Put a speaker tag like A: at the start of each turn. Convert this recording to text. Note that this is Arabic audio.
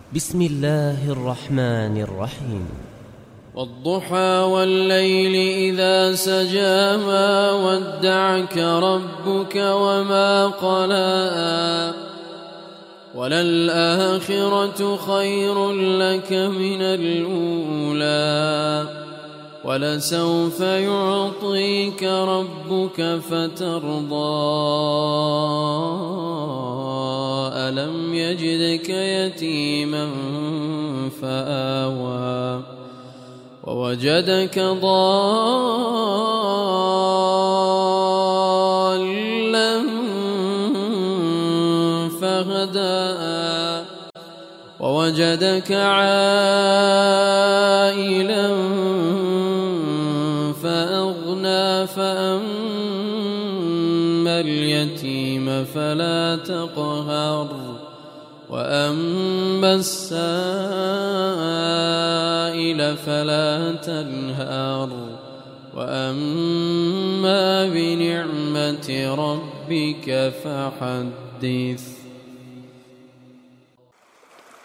A: بسم الله الرحمن الرحيم.
B: والضحى والليل إذا سجى ما ودعك ربك وما قلى وللآخرة خير لك من الأولى ولسوف يعطيك ربك فترضى ألم يجدك يتيما فآوى ووجدك ضالا فهدى ووجدك عائلا فأغنى فأما اليتيم فلا تقهر وأما السائل فلا تنهر وأما بنعمة ربك فحدث.